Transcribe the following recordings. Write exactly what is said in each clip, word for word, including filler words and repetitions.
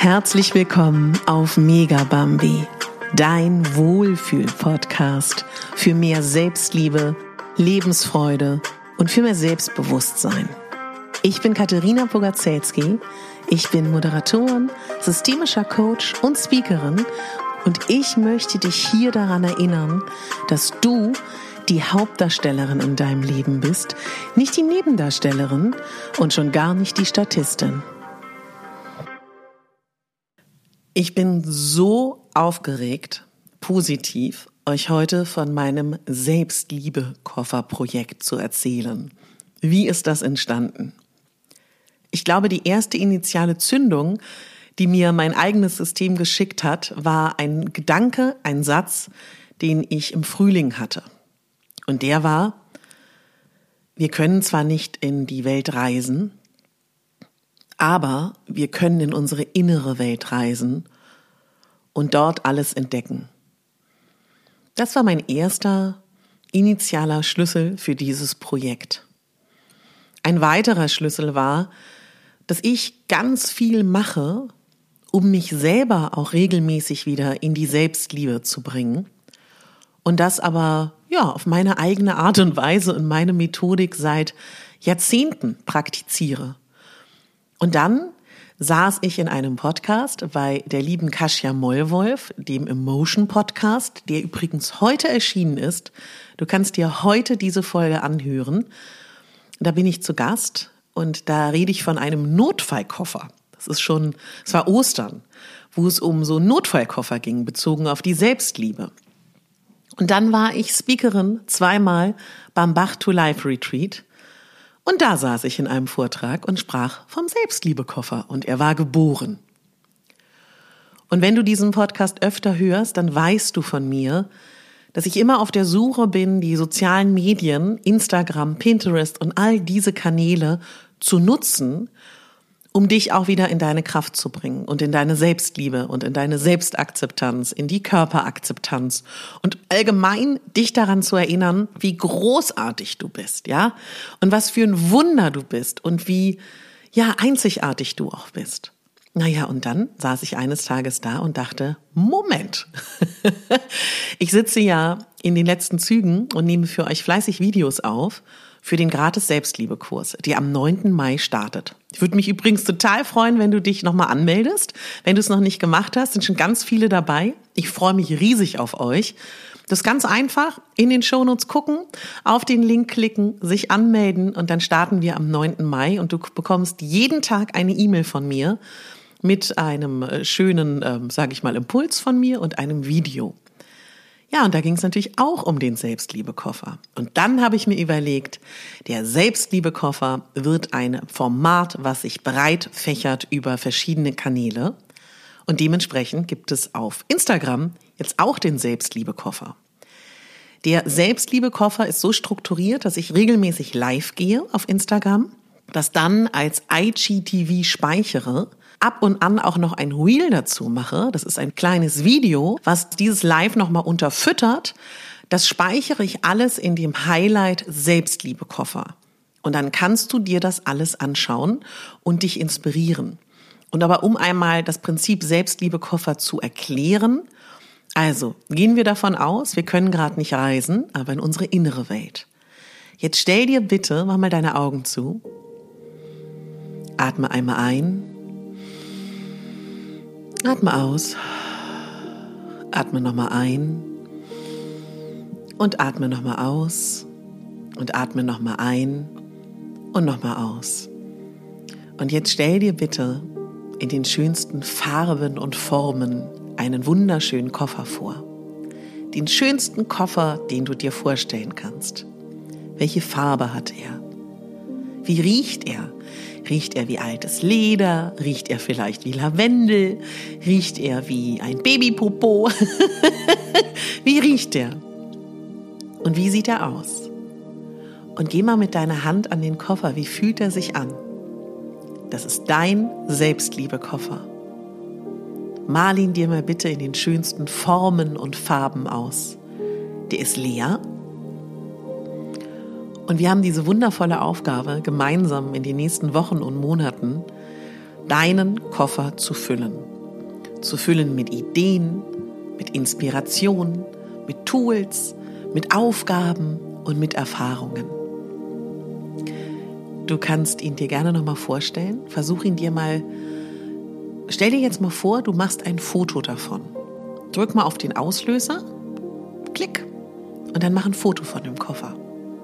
Herzlich willkommen auf Megabambi, dein Wohlfühl-Podcast für mehr Selbstliebe, Lebensfreude und für mehr Selbstbewusstsein. Ich bin Katharina Bogaczewski, ich bin Moderatorin, systemischer Coach und Speakerin und ich möchte dich hier daran erinnern, dass du die Hauptdarstellerin in deinem Leben bist, nicht die Nebendarstellerin und schon gar nicht die Statistin. Ich bin so aufgeregt, positiv, euch heute von meinem Selbstliebe-Koffer-Projekt zu erzählen. Wie ist das entstanden? Ich glaube, die erste initiale Zündung, die mir mein eigenes System geschickt hat, war ein Gedanke, ein Satz, den ich im Frühling hatte. Und der war: Wir können zwar nicht in die Welt reisen, aber wir können in unsere innere Welt reisen und dort alles entdecken. Das war mein erster initialer Schlüssel für dieses Projekt. Ein weiterer Schlüssel war, dass ich ganz viel mache, um mich selber auch regelmäßig wieder in die Selbstliebe zu bringen. Und das aber ja auf meine eigene Art und Weise und meine Methodik seit Jahrzehnten praktiziere. Und dann saß ich in einem Podcast bei der lieben Kasia Mollwolf, dem Emotion Podcast, der übrigens heute erschienen ist. Du kannst dir heute diese Folge anhören. Da bin ich zu Gast und da rede ich von einem Notfallkoffer. Das ist schon, es war Ostern, wo es um so einen Notfallkoffer ging, bezogen auf die Selbstliebe. Und dann war ich Speakerin zweimal beim Bach to Life Retreat. Und da saß ich in einem Vortrag und sprach vom Selbstliebekoffer und er war geboren. Und wenn du diesen Podcast öfter hörst, dann weißt du von mir, dass ich immer auf der Suche bin, die sozialen Medien, Instagram, Pinterest und all diese Kanäle zu nutzen, um dich auch wieder in deine Kraft zu bringen und in deine Selbstliebe und in deine Selbstakzeptanz, in die Körperakzeptanz und allgemein dich daran zu erinnern, wie großartig du bist, ja? Und was für ein Wunder du bist und wie, ja, einzigartig du auch bist. Naja, und dann saß ich eines Tages da und dachte, Moment, ich sitze ja in den letzten Zügen und nehme für euch fleißig Videos auf für den Gratis-Selbstliebe-Kurs, der am neunten Mai startet. Ich würde mich übrigens total freuen, wenn du dich nochmal anmeldest. Wenn du es noch nicht gemacht hast, sind schon ganz viele dabei. Ich freue mich riesig auf euch. Das ist ganz einfach, in den Shownotes gucken, auf den Link klicken, sich anmelden und dann starten wir am neunten Mai und du bekommst jeden Tag eine E-Mail von mir mit einem schönen, ähm, sage ich mal, Impuls von mir und einem Video. Ja, und da ging es natürlich auch um den Selbstliebekoffer. Und dann habe ich mir überlegt, der Selbstliebekoffer wird ein Format, was sich breit fächert über verschiedene Kanäle. Und dementsprechend gibt es auf Instagram jetzt auch den Selbstliebekoffer. Der Selbstliebekoffer ist so strukturiert, dass ich regelmäßig live gehe auf Instagram, das dann als I G T V speichere, ab und an auch noch ein Reel dazu mache. Das ist ein kleines Video, was dieses Live nochmal unterfüttert. Das speichere ich alles in dem Highlight Selbstliebekoffer. Und dann kannst du dir das alles anschauen und dich inspirieren. Und aber um einmal das Prinzip Selbstliebekoffer zu erklären, also gehen wir davon aus, wir können gerade nicht reisen, aber in unsere innere Welt. Jetzt stell dir bitte, mach mal deine Augen zu, atme einmal ein, atme aus, atme nochmal ein und atme nochmal aus und atme nochmal ein und nochmal aus. Und jetzt stell dir bitte in den schönsten Farben und Formen einen wunderschönen Koffer vor. Den schönsten Koffer, den du dir vorstellen kannst. Welche Farbe hat er? Wie riecht er? Riecht er wie altes Leder? Riecht er vielleicht wie Lavendel? Riecht er wie ein Babypopo? Wie riecht er? Und wie sieht er aus? Und geh mal mit deiner Hand an den Koffer. Wie fühlt er sich an? Das ist dein Selbstliebekoffer. Mal ihn dir mal bitte in den schönsten Formen und Farben aus. Der ist leer. Und wir haben diese wundervolle Aufgabe, gemeinsam in den nächsten Wochen und Monaten deinen Koffer zu füllen. zu füllen mit Ideen, mit Inspiration, mit Tools, mit Aufgaben und mit Erfahrungen. Du kannst ihn dir gerne nochmal vorstellen. Versuch ihn dir mal, stell dir jetzt mal vor, du machst ein Foto davon. Drück mal auf den Auslöser, klick und dann mach ein Foto von dem Koffer.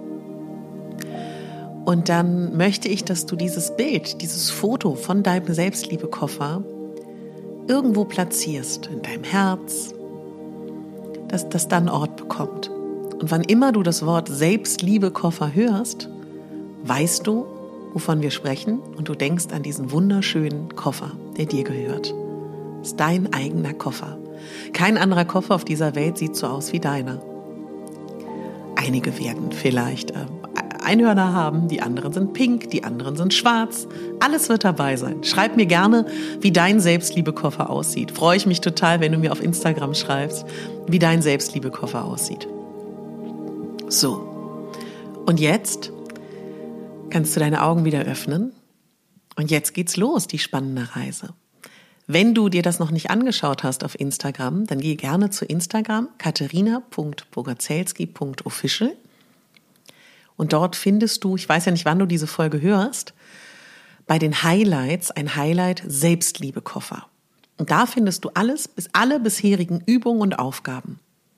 Und dann möchte ich, dass du dieses Bild, dieses Foto von deinem Selbstliebe-Koffer irgendwo platzierst, in deinem Herz, dass das dann Ort bekommt. Und wann immer du das Wort Selbstliebe-Koffer hörst, weißt du, wovon wir sprechen und du denkst an diesen wunderschönen Koffer, der dir gehört. Das ist dein eigener Koffer. Kein anderer Koffer auf dieser Welt sieht so aus wie deiner. Einige werden vielleicht äh, Einhörner haben, die anderen sind pink, die anderen sind schwarz. Alles wird dabei sein. Schreib mir gerne, wie dein Selbstliebe-Koffer aussieht. Freue ich mich total, wenn du mir auf Instagram schreibst, wie dein Selbstliebe-Koffer aussieht. So, und jetzt kannst du deine Augen wieder öffnen. Und jetzt geht's los, die spannende Reise. Wenn du dir das noch nicht angeschaut hast auf Instagram, dann geh gerne zu Instagram, katharina punkt bogazelski punkt official. Und dort findest du, ich weiß ja nicht, wann du diese Folge hörst, bei den Highlights ein Highlight Selbstliebe-Koffer. Und da findest du alles, bis alle bisherigen Übungen und Aufgaben.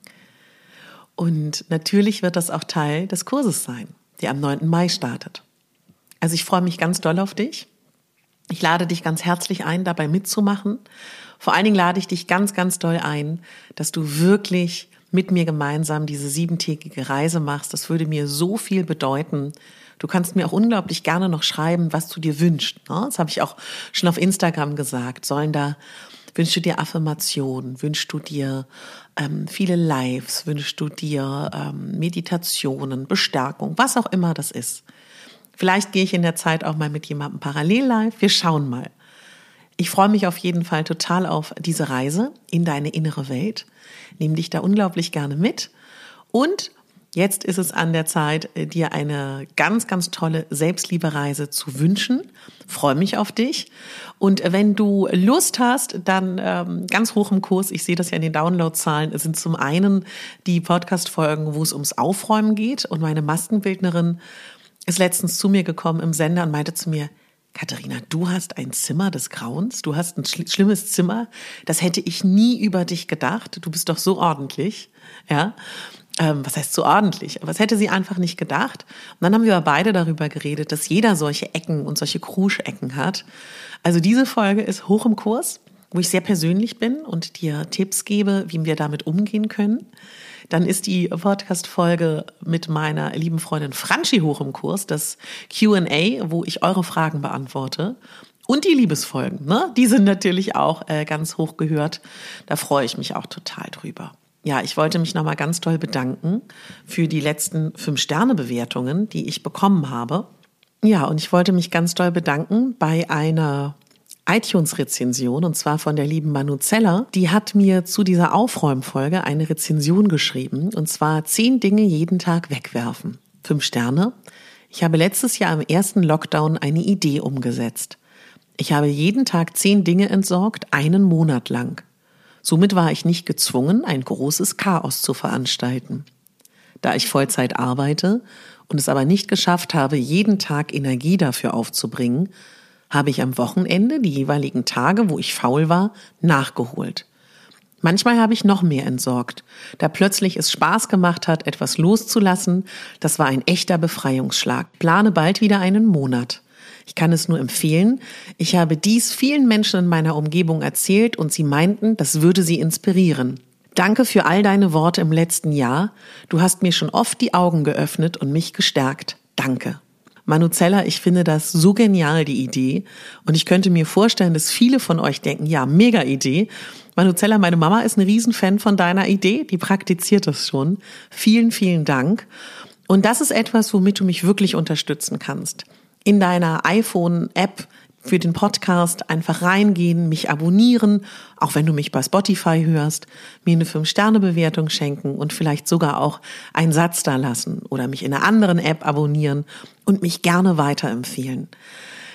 Und natürlich wird das auch Teil des Kurses sein, der am neunten Mai startet. Also ich freue mich ganz doll auf dich. Ich lade dich ganz herzlich ein, dabei mitzumachen. Vor allen Dingen lade ich dich ganz, ganz doll ein, dass du wirklich mit mir gemeinsam diese siebentägige Reise machst. Das würde mir so viel bedeuten. Du kannst mir auch unglaublich gerne noch schreiben, was du dir wünschst. Das habe ich auch schon auf Instagram gesagt. Sollen da, wünschst du dir Affirmationen, wünschst du dir ähm, viele Lives, wünschst du dir ähm, Meditationen, Bestärkung, was auch immer das ist. Vielleicht gehe ich in der Zeit auch mal mit jemandem parallel live. Wir schauen mal. Ich freue mich auf jeden Fall total auf diese Reise in deine innere Welt. Nehme dich da unglaublich gerne mit. Und jetzt ist es an der Zeit, dir eine ganz, ganz tolle Selbstliebe-Reise zu wünschen. Freue mich auf dich. Und wenn du Lust hast, dann ähm, ganz hoch im Kurs, ich sehe das ja in den Downloadzahlen, es sind zum einen die Podcast-Folgen, wo es ums Aufräumen geht. Und meine Maskenbildnerin ist letztens zu mir gekommen im Sender und meinte zu mir, Katharina, du hast ein Zimmer des Grauens, du hast ein schl- schlimmes Zimmer, das hätte ich nie über dich gedacht, du bist doch so ordentlich, ja, ähm, was heißt so ordentlich, aber das hätte sie einfach nicht gedacht. Und dann haben wir beide darüber geredet, dass jeder solche Ecken und solche Kruschecken hat. Also diese Folge ist hoch im Kurs, wo ich sehr persönlich bin und dir Tipps gebe, wie wir damit umgehen können. Dann ist die Podcast-Folge mit meiner lieben Freundin Franchi hoch im Kurs, das Q and A, wo ich eure Fragen beantworte. Und die Liebesfolgen, ne? Die sind natürlich auch äh, ganz hoch gehört. Da freue ich mich auch total drüber. Ja, ich wollte mich nochmal ganz doll bedanken für die letzten fünf Sterne Bewertungen, die ich bekommen habe. Ja, und ich wollte mich ganz doll bedanken bei einer iTunes-Rezension, und zwar von der lieben Manu Zeller. Die hat mir zu dieser Aufräumfolge eine Rezension geschrieben, und zwar zehn Dinge jeden Tag wegwerfen. Fünf Sterne. Ich habe letztes Jahr im ersten Lockdown eine Idee umgesetzt. Ich habe jeden Tag zehn Dinge entsorgt, einen Monat lang. Somit war ich nicht gezwungen, ein großes Chaos zu veranstalten. Da ich Vollzeit arbeite und es aber nicht geschafft habe, jeden Tag Energie dafür aufzubringen, habe ich am Wochenende die jeweiligen Tage, wo ich faul war, nachgeholt. Manchmal habe ich noch mehr entsorgt, da plötzlich es Spaß gemacht hat, etwas loszulassen. Das war ein echter Befreiungsschlag. Plane bald wieder einen Monat. Ich kann es nur empfehlen. Ich habe dies vielen Menschen in meiner Umgebung erzählt und sie meinten, das würde sie inspirieren. Danke für all deine Worte im letzten Jahr. Du hast mir schon oft die Augen geöffnet und mich gestärkt. Danke. Manu Zeller, ich finde das so genial, die Idee. Und ich könnte mir vorstellen, dass viele von euch denken, ja, mega Idee. Manu Zeller, meine Mama ist ein Riesenfan von deiner Idee. Die praktiziert das schon. Vielen, vielen Dank. Und das ist etwas, womit du mich wirklich unterstützen kannst. In deiner iPhone-App für den Podcast einfach reingehen, mich abonnieren, auch wenn du mich bei Spotify hörst, mir eine fünf Sterne Bewertung schenken und vielleicht sogar auch einen Satz da lassen oder mich in einer anderen App abonnieren und mich gerne weiterempfehlen.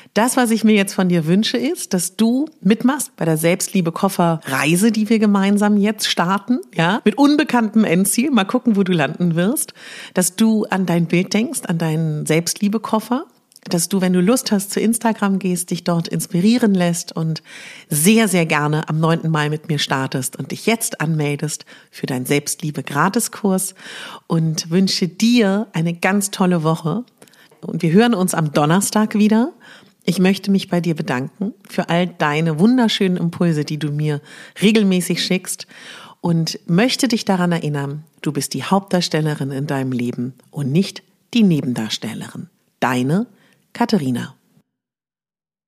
Das, was ich mir jetzt von dir wünsche, ist, dass du mitmachst bei der Selbstliebe-Koffer-Reise, die wir gemeinsam jetzt starten, ja, mit unbekanntem Endziel. Mal gucken, wo du landen wirst. Dass du an dein Bild denkst, an deinen Selbstliebe-Koffer. Dass du, wenn du Lust hast, zu Instagram gehst, dich dort inspirieren lässt und sehr, sehr gerne am neunten Mai mit mir startest und dich jetzt anmeldest für deinen Selbstliebe-Gratiskurs und wünsche dir eine ganz tolle Woche. Und wir hören uns am Donnerstag wieder. Ich möchte mich bei dir bedanken für all deine wunderschönen Impulse, die du mir regelmäßig schickst und möchte dich daran erinnern, du bist die Hauptdarstellerin in deinem Leben und nicht die Nebendarstellerin. Deine Katharina.